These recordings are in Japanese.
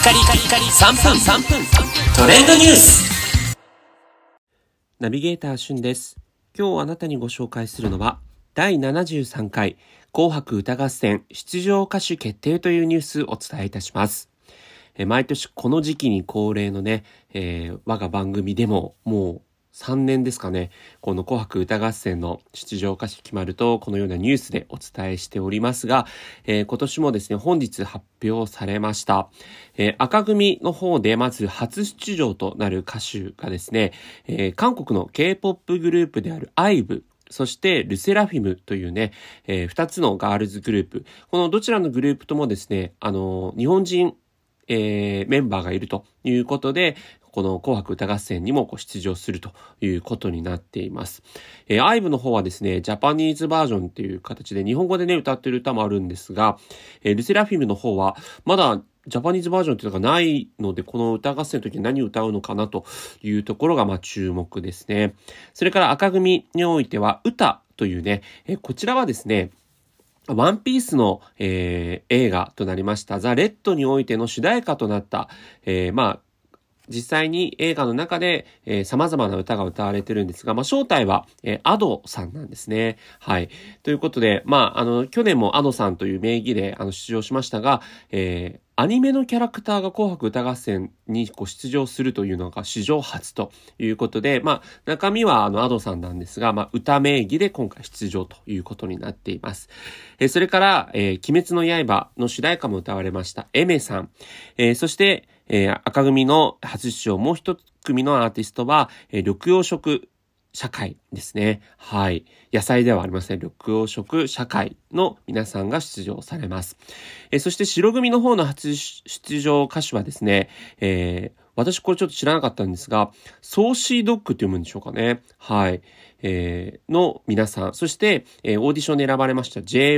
カリカリカリ3分トレンドニュース。 ナビゲーターしゅんです。今日あなたにご紹介するのは第73回紅白歌合戦出場歌手決定というニュースをお伝えいたします。毎年この時期に恒例のね、我が番組でももう3年ですかね、この紅白歌合戦の出場歌手決まるとこのようなニュースでお伝えしておりますが、今年もですね本日発表されました。赤組の方でまず初出場となる歌手がですね、韓国の K-POP グループであるIVE、そしてルセラフィムというね、2つのガールズグループ、このどちらのグループともですね、日本人メンバーがいるということで、この紅白歌合戦にも出場するということになっています。IVEの方はですね、ジャパニーズバージョンっていう形で日本語でね、歌ってる歌もあるんですが、ルセラフィムの方はまだジャパニーズバージョンっていうのがないので、この歌合戦の時に何を歌うのかなというところが注目ですね。それから赤組においては歌というね、こちらはですね、ワンピースの、映画となりましたザ・レッドにおいての主題歌となった、実際に映画の中で、様々な歌が歌われてるんですが、正体は、Adoさんなんですね。はい。ということで、去年もAdoさんという名義で出場しましたが、アニメのキャラクターが紅白歌合戦に出場するというのが史上初ということで、中身はAdoさんなんですが、歌名義で今回出場ということになっています。それから、鬼滅の刃の主題歌も歌われましたAimerさん。そして、赤組の初出場もう一組のアーティストは、緑黄色社会ですね。はい。野菜ではありません。緑黄色社会の皆さんが出場されます。そして白組の方の初出場歌手はですね、私これちょっと知らなかったんですが、ソーシードッグって読むんでしょうかね。はい。の皆さん。そして、オーディションで選ばれました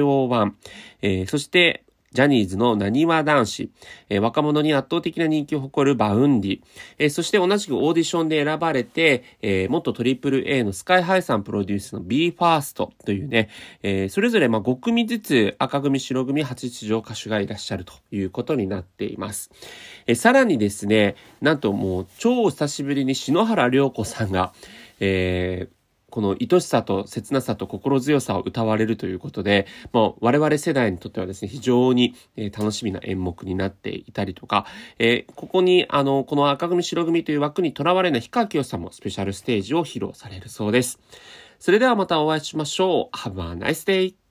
JO1。そして、ジャニーズのなにわ男子、若者に圧倒的な人気を誇るバウンディ、そして同じくオーディションで選ばれて、元トリプル A のスカイハイさんプロデュースの BE:FIRST というね、それぞれ5組ずつ赤組白組初出場歌手がいらっしゃるということになっています。さらにですね、なんともう超久しぶりに篠原涼子さんが、この愛しさと切なさと心強さを歌われるということで、我々世代にとってはですね、非常に楽しみな演目になっていたりとか、ここにこの赤組白組という枠にとらわれない氷川きよしさんもスペシャルステージを披露されるそうです。それではまたお会いしましょう。Have a nice day!